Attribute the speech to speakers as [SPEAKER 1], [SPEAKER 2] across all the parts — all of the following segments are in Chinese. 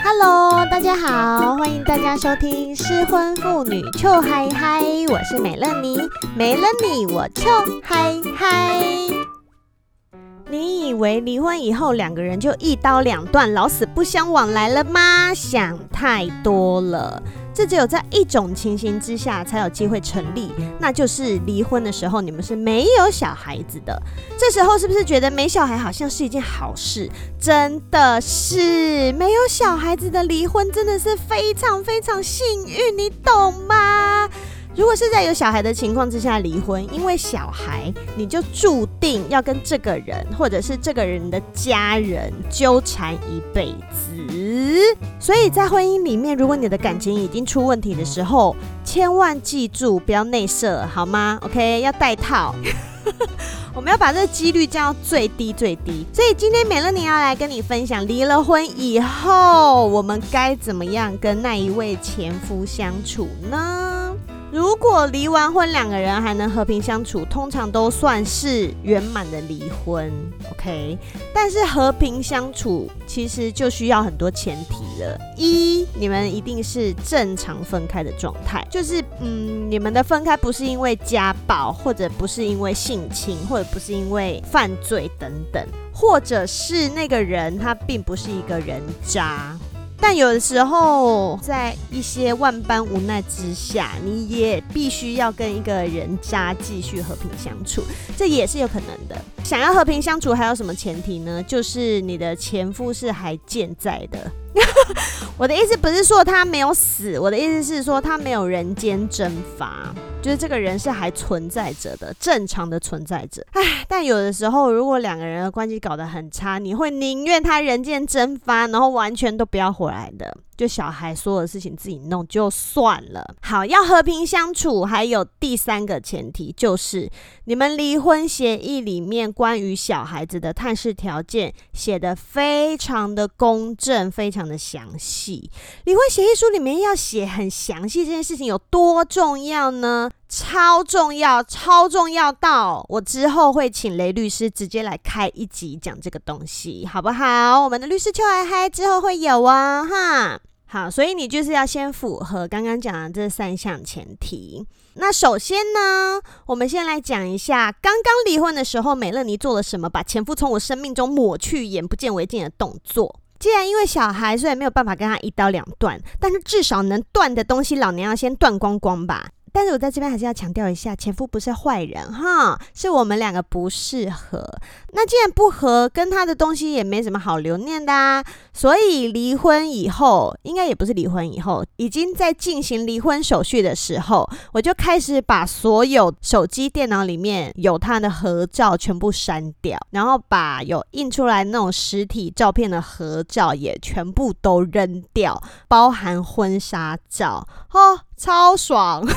[SPEAKER 1] Hello， 大家好，欢迎大家收听失婚妇女糗嗨嗨，我是美乐妮，没了你我糗嗨嗨。你以为离婚以后两个人就一刀两断，老死不相往来了吗？想太多了。这只有在一种情形之下才有机会成立，那就是离婚的时候你们是没有小孩子的。这时候是不是觉得没小孩好像是一件好事？真的是，没有小孩子的离婚真的是非常非常幸运，你懂吗？如果是在有小孩的情况之下离婚，因为小孩你就注定要跟这个人或者是这个人的家人纠缠一辈子。所以在婚姻里面，如果你的感情已经出问题的时候，千万记住不要内射，好吗 ？OK， 要戴套。我们要把这个几率降到最低最低。所以今天美乐妮要来跟你分享，离了婚以后我们该怎么样跟那一位前夫相处呢？如果离完婚两个人还能和平相处，通常都算是圆满的离婚 OK。 但是和平相处其实就需要很多前提了。一，你们一定是正常分开的状态，就是你们的分开不是因为家暴，或者不是因为性侵，或者不是因为犯罪等等，或者是那个人他并不是一个人渣。但有的时候在一些万般无奈之下，你也必须要跟一个人渣继续和平相处，这也是有可能的。想要和平相处还有什么前提呢？就是你的前夫是还健在的。我的意思不是说他没有死，我的意思是说他没有人间蒸发，就是这个人是还存在着的，正常的存在着。但有的时候如果两个人的关系搞得很差，你会宁愿他人间蒸发，然后完全都不要回来的，就小孩所有的事情自己弄就算了。好，要和平相处还有第三个前提，就是你们离婚协议里面关于小孩子的探视条件写得非常的公正，非常的详细。离婚协议书里面要写很详细，这件事情有多重要呢？超重要，超重要到我之后会请雷律师直接来开一集讲这个东西，好不好？我们的律师糗嗨嗨之后会有啊哈。好，所以你就是要先符合刚刚讲的这三项前提。那首先呢，我们先来讲一下刚刚离婚的时候美乐妮做了什么把前夫从我生命中抹去眼不见为净的动作。既然因为小孩虽然没有办法跟他一刀两断，但是至少能断的东西老娘要先断光光吧。但是我在这边还是要强调一下，前夫不是坏人哈，是我们两个不适合。那既然不合，跟他的东西也没什么好留念的啊。所以离婚以后，应该也不是离婚以后，已经在进行离婚手续的时候，我就开始把所有手机电脑里面有他的合照全部删掉，然后把有印出来那种实体照片的合照也全部都扔掉，包含婚纱照超爽。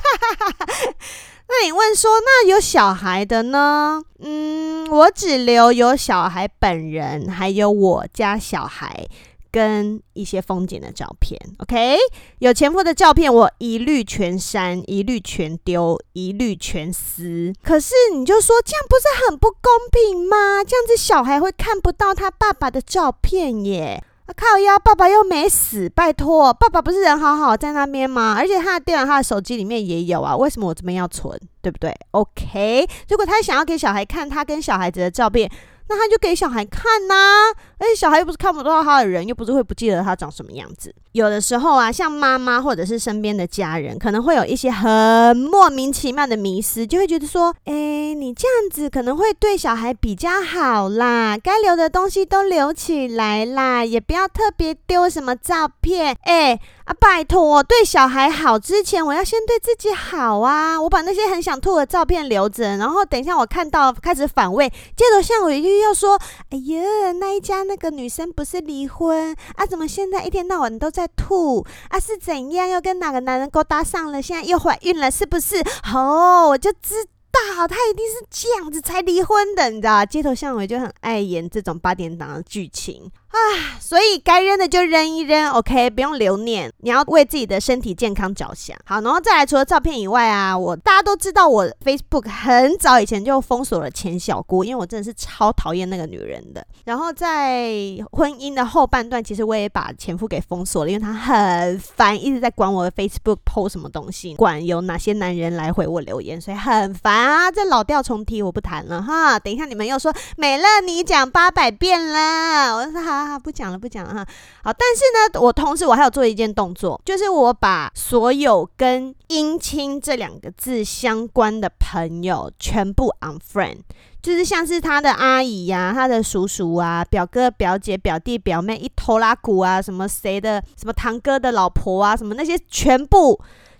[SPEAKER 1] 那你问说，那有小孩的呢？我只留有小孩本人，还有我家小孩跟一些风景的照片 OK。 有前夫的照片我一律全删，一律全丢，一律全撕。可是你就说这样不是很不公平吗？这样子小孩会看不到他爸爸的照片耶。靠腰，爸爸又没死，拜托，爸爸不是人好好在那边吗？而且他的电脑他的手机里面也有啊，为什么我这边要存，对不对 OK。 如果他想要给小孩看他跟小孩子的照片，那他就给小孩看啊，而且小孩又不是看不到他的人，又不是会不记得他长什么样子。有的时候啊，像妈妈或者是身边的家人可能会有一些很莫名其妙的迷思，就会觉得说你这样子可能会对小孩比较好啦，该留的东西都留起来啦，也不要特别丢什么照片。拜托，对小孩好之前我要先对自己好啊。我把那些很想吐的照片留着，然后等一下我看到开始反胃，接着像我又要说哎呀，那一家那个女生不是离婚啊，怎么现在一天到晚都在吐啊？是怎样又跟哪个男人勾搭上了，现在又怀孕了是不是？我就知道他一定是这样子才离婚的，你知道街头巷尾就很爱演这种8点档的剧情。 所以该扔的就扔一扔 OK， 不用留念，你要为自己的身体健康着想。好，然后再来除了照片以外啊，大家都知道我 Facebook 很早以前就封锁了前小姑，因为我真的是超讨厌那个女人的。然后在婚姻的后半段，其实我也把前夫给封锁了，因为他很烦，一直在管我的 Facebook post 什么东西，管有哪些男人来回我留言，所以很烦啊。这老调重提我不谈了哈，等一下你们又说美乐你讲800遍了，我说好不讲了哈。好，但是呢，我同时我还有做一件动作，就是我把所有跟姻亲这2个字相关的朋友全部 unfriend， 就是像是他的阿姨啊，他的叔叔啊，表哥表姐表弟表妹一头拉骨啊，什么谁的什么堂哥的老婆啊，什么那些全部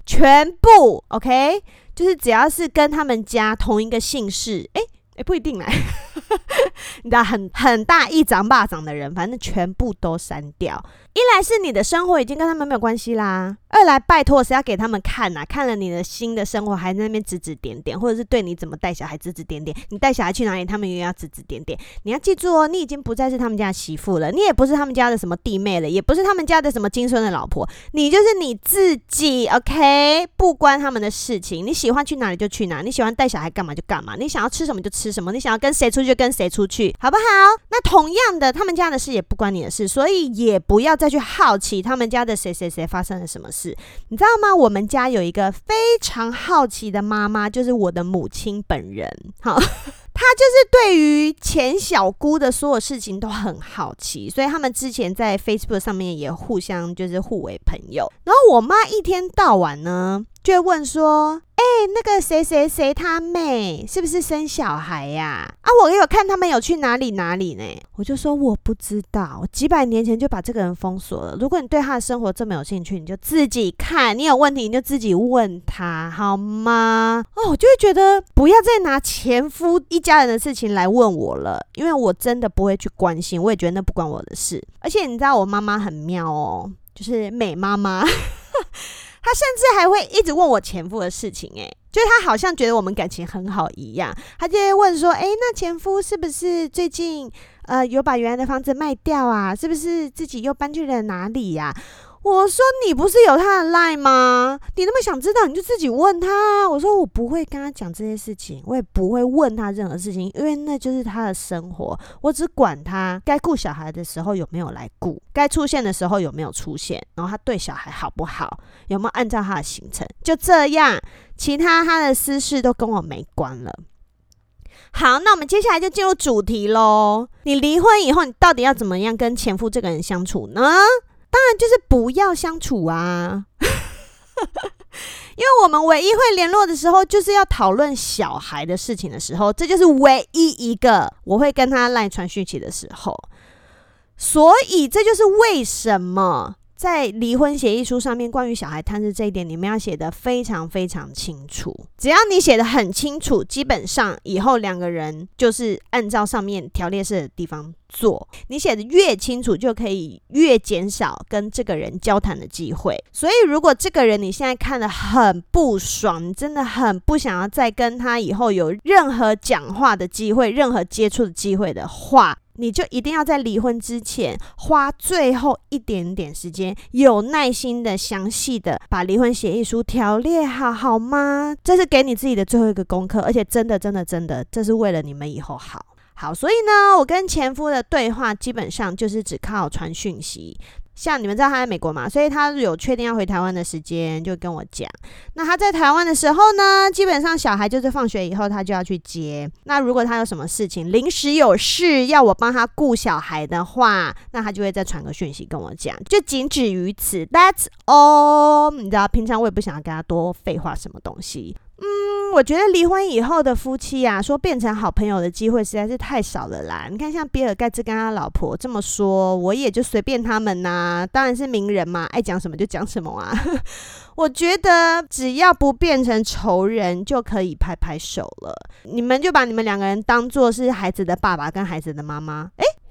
[SPEAKER 1] OK， 就是只要是跟他们家同一个姓氏，不一定啦你知道很大一掌巴掌的人，反正全部都删掉。一来是你的生活已经跟他们没有关系啦，二来拜托谁要给他们看啊？看了你的新的生活还在那边指指点点，或者是对你怎么带小孩指指点点，你带小孩去哪里他们也要指指点点。你要记住哦，你已经不再是他们家的媳妇了，你也不是他们家的什么弟妹了，也不是他们家的什么金孙的老婆，你就是你自己 OK， 不关他们的事情，你喜欢去哪里就去哪，你喜欢带小孩干嘛就干嘛，你想要吃什么就吃什么，你想要跟谁出去就跟谁出去，好不好？那同样的，他们家的事也不关你的事，所以也不要再去好奇他们家的谁谁谁发生了什么事。你知道吗？我们家有一个非常好奇的妈妈，就是我的母亲本人。好，她就是对于前小姑的所有事情都很好奇，所以他们之前在 Facebook 上面也互相就是互为朋友。然后我妈一天到晚呢就会问说，那个谁谁谁他妹是不是生小孩呀？我有看他们有去哪里哪里呢？我就说我不知道，我几百年前就把这个人封锁了。如果你对他的生活这么有兴趣，你就自己看，你有问题你就自己问他好吗？我就会觉得不要再拿前夫一家人的事情来问我了，因为我真的不会去关心，我也觉得那不关我的事。而且你知道我妈妈很妙哦，就是美妈妈她甚至还会一直问我前夫的事情，就是她好像觉得我们感情很好一样，她就会问说，那前夫是不是最近有把原来的房子卖掉啊？是不是自己又搬去了哪里呀？我说你不是有他的 LINE 吗？你那么想知道你就自己问他。我说我不会跟他讲这些事情，我也不会问他任何事情，因为那就是他的生活，我只管他该顾小孩的时候有没有来顾，该出现的时候有没有出现，然后他对小孩好不好，有没有按照他的行程，就这样，其他的私事都跟我没关了。好，那我们接下来就进入主题咯。你离婚以后你到底要怎么样跟前夫这个人相处呢？当然就是不要相处啊因为我们唯一会联络的时候就是要讨论小孩的事情的时候，这就是唯一一个我会跟他LINE传讯息的时候。所以这就是为什么在离婚协议书上面关于小孩探视这一点，你们要写得非常非常清楚。只要你写得很清楚，基本上以后2个人就是按照上面条列式的地方做，你写得越清楚，就可以越减少跟这个人交谈的机会。所以如果这个人你现在看得很不爽，你真的很不想要再跟他以后有任何讲话的机会，任何接触的机会的话，你就一定要在离婚之前花最后一点点时间，有耐心的详细的把离婚协议书条列好，好吗？这是给你自己的最后一个功课，而且真的这是为了你们以后好。所以呢，我跟前夫的对话基本上就是只靠传讯息。像你们知道他在美国嘛，所以他有确定要回台湾的时间就跟我讲。那他在台湾的时候呢，基本上小孩就是放学以后他就要去接。那如果他有什么事情临时有事要我帮他顾小孩的话，那他就会再传个讯息跟我讲，就仅止于此。 That's all。 你知道平常我也不想要跟他多废话什么东西。我觉得离婚以后的夫妻啊，说变成好朋友的机会实在是太少了啦。你看像比尔盖茨跟他老婆这么说，我也就随便他们啊，当然是名人嘛，爱讲什么就讲什么啊我觉得只要不变成仇人就可以拍拍手了。你们就把你们2个人当作是孩子的爸爸跟孩子的妈妈，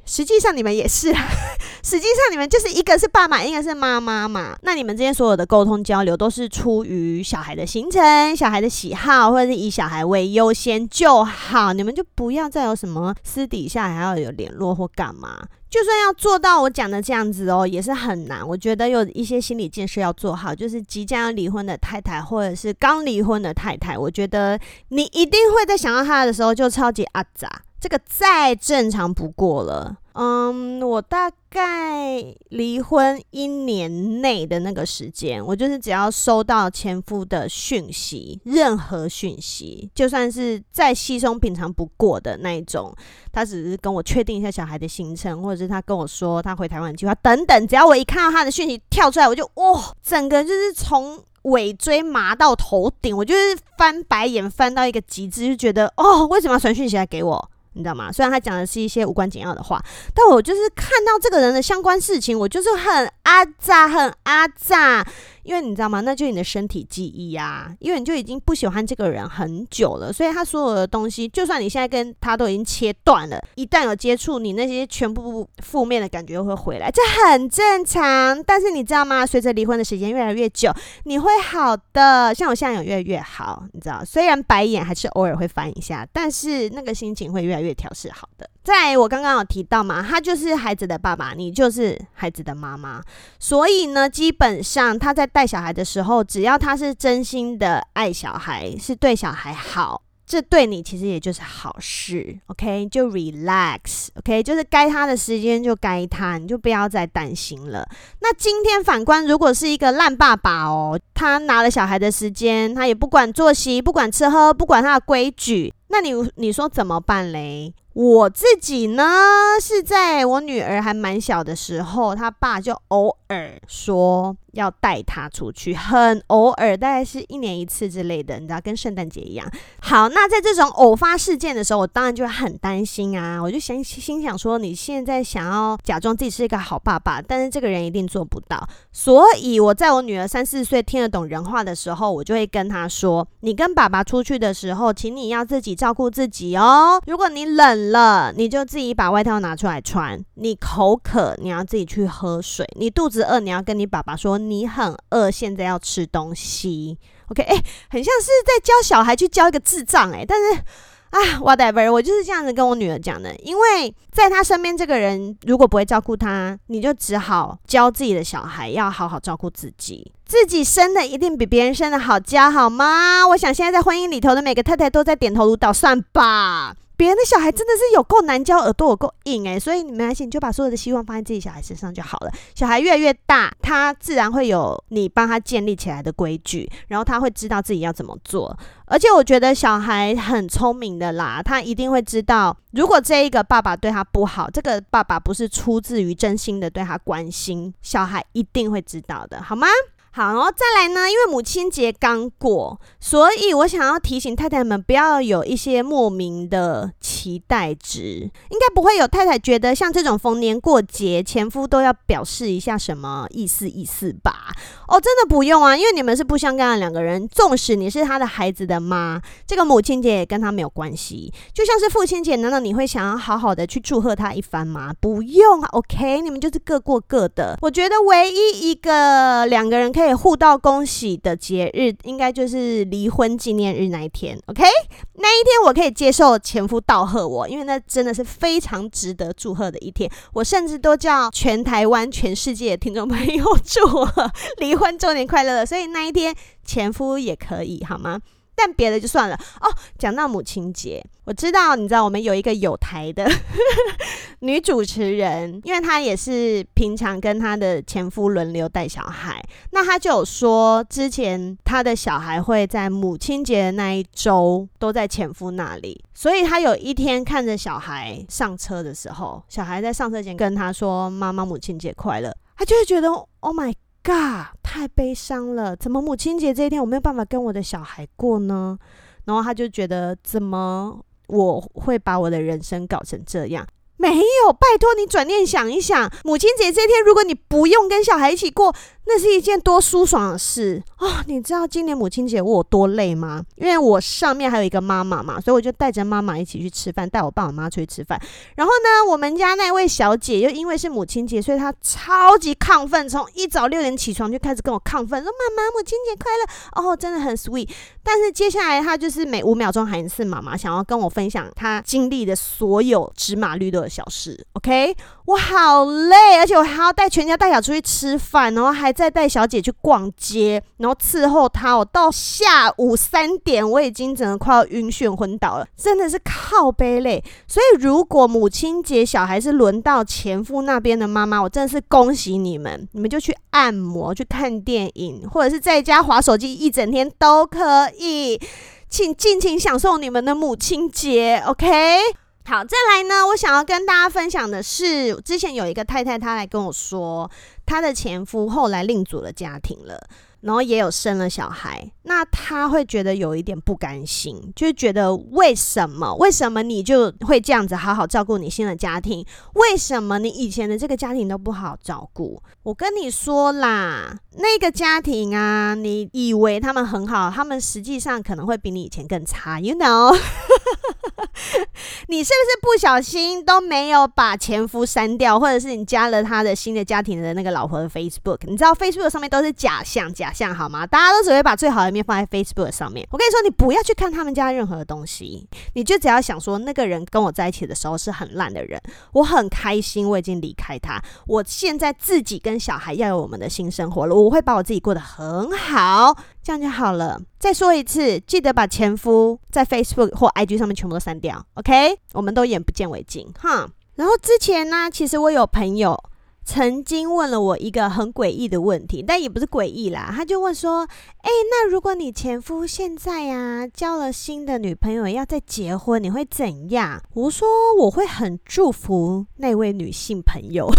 [SPEAKER 1] 实际上你们也是实际上你们就是一个是爸妈，一个是妈妈嘛。那你们之间所有的沟通交流都是出于小孩的行程、小孩的喜好，或者是以小孩为优先就好。你们就不要再有什么私底下还要有联络或干嘛。就算要做到我讲的这样子也是很难。我觉得有一些心理建设要做好，就是即将要离婚的太太或者是刚离婚的太太，我觉得你一定会在想到他的时候就超级阿杂，这个再正常不过了。我大概离婚1年内的那个时间，我就是只要收到前夫的讯息，任何讯息，就算是再稀松平常不过的那一种，他只是跟我确定一下小孩的行程，或者是他跟我说他回台湾的计划等等，只要我一看到他的讯息跳出来，我就整个就是从尾椎麻到头顶，我就是翻白眼翻到一个极致，就觉得为什么要传讯息来给我？你知道吗？虽然他讲的是一些无关紧要的话，但我就是看到这个人的相关事情，我就是很阿杂，因为你知道吗？那就是你的身体记忆啊，因为你就已经不喜欢这个人很久了，所以他所有的东西，就算你现在跟他都已经切断了，一旦有接触，你那些全部负面的感觉会回来，这很正常。但是你知道吗？随着离婚的时间越来越久，你会好的，像我现在有越来越好，你知道，虽然白眼还是偶尔会翻一下，但是那个心情会越来越调试好的。再来我刚刚有提到嘛，他就是孩子的爸爸，你就是孩子的妈妈，所以呢，基本上他在带小孩的时候，只要他是真心的爱小孩，是对小孩好，这对你其实也就是好事 ，OK， 就 relax， OK， 就是该他的时间就该他，你就不要再担心了。那今天反观，如果是一个烂爸爸他拿了小孩的时间，他也不管作息，不管吃喝，不管他的规矩，那你说怎么办嘞？我自己呢，是在我女儿还蛮小的时候，她爸就偶尔说要带她出去，很偶尔，大概是1年1次之类的，你知道，跟圣诞节一样。好，那在这种偶发事件的时候，我当然就会很担心啊，我就心想说，你现在想要假装自己是一个好爸爸，但是这个人一定做不到。所以我在我女儿3、4岁听得懂人话的时候，我就会跟她说，你跟爸爸出去的时候，请你要自己照顾自己哦。如果你冷了，你就自己把外套拿出来穿，你口渴，你要自己去喝水，你肚子饿，你要跟你爸爸说你很饿，现在要吃东西。 OK， 很像是在教小孩去教一个智障但是whatever， 我就是这样子跟我女儿讲的，因为在她身边这个人如果不会照顾她，你就只好教自己的小孩要好好照顾自己，自己生的一定比别人生的好教，好吗？我想现在在婚姻里头的每个太太都在点头如捣蒜吧。别人的小孩真的是有够难教，耳朵有够硬所以没关系，你就把所有的希望放在自己小孩身上就好了。小孩越来越大，他自然会有你帮他建立起来的规矩，然后他会知道自己要怎么做。而且我觉得小孩很聪明的啦，他一定会知道，如果这一个爸爸对他不好，这个爸爸不是出自于真心的对他关心，小孩一定会知道的，好吗？好，然后再来呢，因为母亲节刚过，所以我想要提醒太太们不要有一些莫名的期待值。应该不会有太太觉得像这种逢年过节前夫都要表示一下什么意思吧？真的不用啊，因为你们是不相干的两个人，纵使你是他的孩子的妈，这个母亲节也跟他没有关系。就像是父亲节，难道你会想要好好的去祝贺他一番吗？不用啊 ，OK， 你们就是各过各的。我觉得唯一一个两个人可以互道恭喜的节日，应该就是离婚纪念日那一天 ，OK？ 那一天我可以接受前夫道贺我，因为那真的是非常值得祝贺的一天。我甚至都叫全台湾、全世界的听众朋友祝我离婚周年快乐了，所以那一天前夫也可以，好吗？但别的就算了讲到母亲节，我知道你知道我们有一个有台的女主持人，因为她也是平常跟她的前夫轮流带小孩，那她就有说之前她的小孩会在母亲节的那一周都在前夫那里，所以她有一天看着小孩上车的时候，小孩在上车前跟她说妈妈母亲节快乐，她就会觉得 Oh my God， 太悲伤了，怎么母亲节这一天我没有办法跟我的小孩过呢？然后他就觉得怎么我会把我的人生搞成这样。 没有，拜托你转念想一想，母亲节这天如果你不用跟小孩一起过，那是一件多舒爽的事你知道今年母亲节我有多累吗？因为我上面还有一个妈妈嘛，所以我就带着妈妈一起去吃饭，带我爸我妈出去吃饭。然后呢，我们家那位小姐又因为是母亲节，所以她超级亢奋，从一早6点起床就开始跟我亢奋，说妈妈母亲节快乐真的很 sweet。 但是接下来她就是每5秒钟喊一次妈妈，想要跟我分享她经历的所有芝麻绿豆的小事。 OK， 我好累，而且我还要带全家大小出去吃饭，然后还再带小姐去逛街，然后伺候她。我到下午3点我已经整个快要晕眩昏倒了，真的是靠背累。所以如果母亲节小孩是轮到前夫那边的妈妈，我真的是恭喜你们，你们就去按摩，去看电影，或者是在家滑手机一整天都可以，请尽情享受你们的母亲节。 OK，好，再来呢，我想要跟大家分享的是，之前有一个太太，她来跟我说，她的前夫后来另组了家庭了，然后也有生了小孩，那她会觉得有一点不甘心，就是觉得为什么你就会这样子好好照顾你新的家庭，为什么你以前的这个家庭都不好好照顾？我跟你说啦，那个家庭啊，你以为他们很好，他们实际上可能会比你以前更差 you know 你是不是不小心都没有把前夫删掉，或者是你加了他的新的家庭的那个老婆的 Facebook？ 你知道 Facebook 上面都是假象好吗？大家都只会把最好的一面放在 Facebook 上面。我跟你说，你不要去看他们家任何的东西，你就只要想说那个人跟我在一起的时候是很烂的人，我很开心我已经离开他，我现在自己跟小孩要有我们的新生活了，我会把我自己过得很好，这样就好了。再说一次，记得把前夫在 Facebook 或 IG 上面全部都删掉 OK， 我们都眼不见为净哈。然后之前呢，其实我有朋友曾经问了我一个很诡异的问题，但也不是诡异啦，他就问说那如果你前夫现在啊交了新的女朋友要再结婚，你会怎样？我说我会很祝福那位女性朋友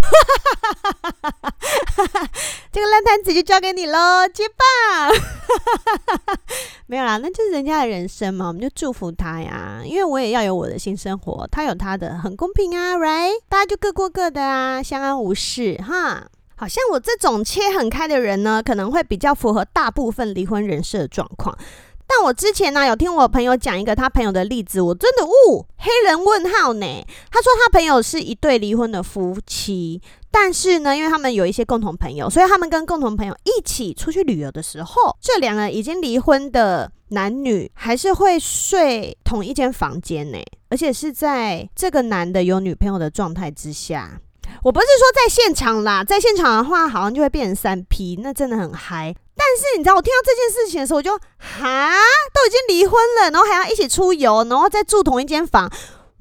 [SPEAKER 1] 这个烂摊子就交给你咯，接棒没有啦，那就是人家的人生嘛，我们就祝福他呀，因为我也要有我的新生活，他有他的，很公平啊 right， 大家就各过各的啊，相安无事哈。好像我这种切很开的人呢，可能会比较符合大部分离婚人士的状况。但我之前呢，有听我朋友讲一个他朋友的例子，我真的黑人问号呢。他说他朋友是一对离婚的夫妻，但是呢，因为他们有一些共同朋友，所以他们跟共同朋友一起出去旅游的时候，这两个已经离婚的男女还是会睡同一间房间呢，而且是在这个男的有女朋友的状态之下。我不是说在现场啦，在现场的话好像就会变成3P， 那真的很嗨。但是你知道我听到这件事情的时候，我就都已经离婚了，然后还要一起出游，然后再住同一间房，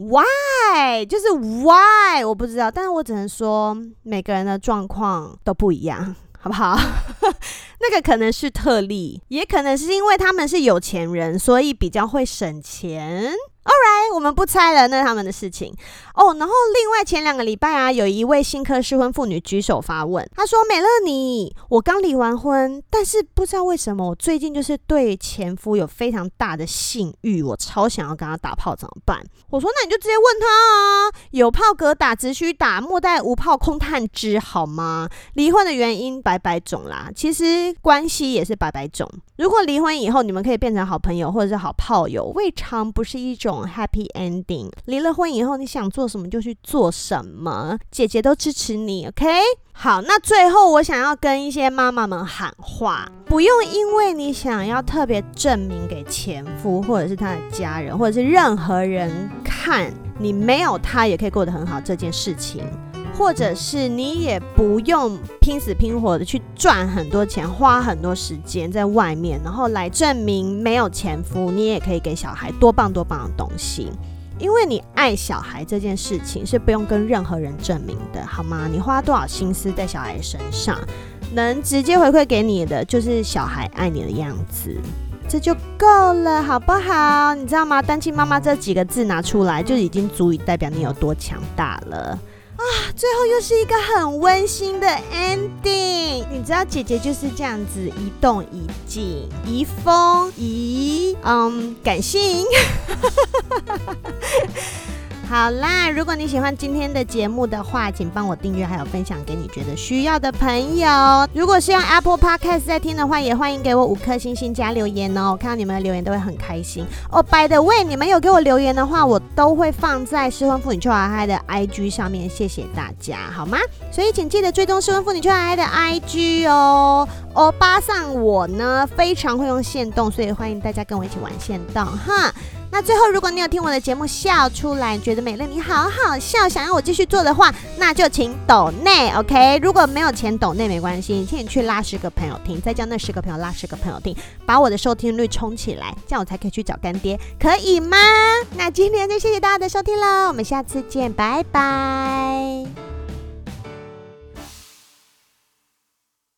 [SPEAKER 1] Why？ 就是 Why？ 我不知道，但是我只能说每个人的状况都不一样，好不好？那个可能是特例，也可能是因为他们是有钱人，所以比较会省钱。Alright， 我们不猜了，那是他们的事情然后另外前2个礼拜啊，有一位新科适婚妇女举手发问，她说：美乐妮，我刚离完婚，但是不知道为什么我最近就是对前夫有非常大的性欲，我超想要跟他打炮，怎么办？我说那你就直接问他啊，有炮可打，只需打，莫待无炮空探知，好吗？离婚的原因百百种啦，其实关系也是百百种。如果离婚以后你们可以变成好朋友或者是好炮友，未尝不是一种 happy ending。 离了婚以后你想做什么就去做什么，姐姐都支持你 OK。 好，那最后我想要跟一些妈妈们喊话，不用因为你想要特别证明给前夫或者是他的家人或者是任何人看你没有他也可以过得很好这件事情，或者是你也不用拼死拼活的去赚很多钱，花很多时间在外面，然后来证明没有前夫你也可以给小孩多棒多棒的东西。因为你爱小孩这件事情是不用跟任何人证明的，好吗？你花多少心思在小孩身上，能直接回馈给你的就是小孩爱你的样子，这就够了，好不好？你知道吗？单亲妈妈这几个字拿出来就已经足以代表你有多强大了啊！最后又是一个很温馨的 ending， 你知道姐姐就是这样子一动一静，移风移感性好啦，如果你喜欢今天的节目的话，请帮我订阅还有分享给你觉得需要的朋友。如果是用 Apple Podcast 在听的话，也欢迎给我5颗星星加留言哦，我看到你们的留言都会很开心哦。By the way， 你们有给我留言的话，我都会放在失婚妇女邱海嗨的 IG 上面，谢谢大家好吗？所以请记得追踪失婚妇女邱海嗨的 IG 哦。欧巴桑我呢非常会用限动，所以欢迎大家跟我一起玩限动哈。那最后，如果你有听我的节目笑出来，觉得美乐你好好笑，想要我继续做的话，那就请抖内 OK。如果没有钱抖内没关系，请你去拉10个朋友听，再叫那10个朋友拉10个朋友听，把我的收听率冲起来，这样我才可以去找干爹，可以吗？那今天就谢谢大家的收听了，我们下次见，拜拜。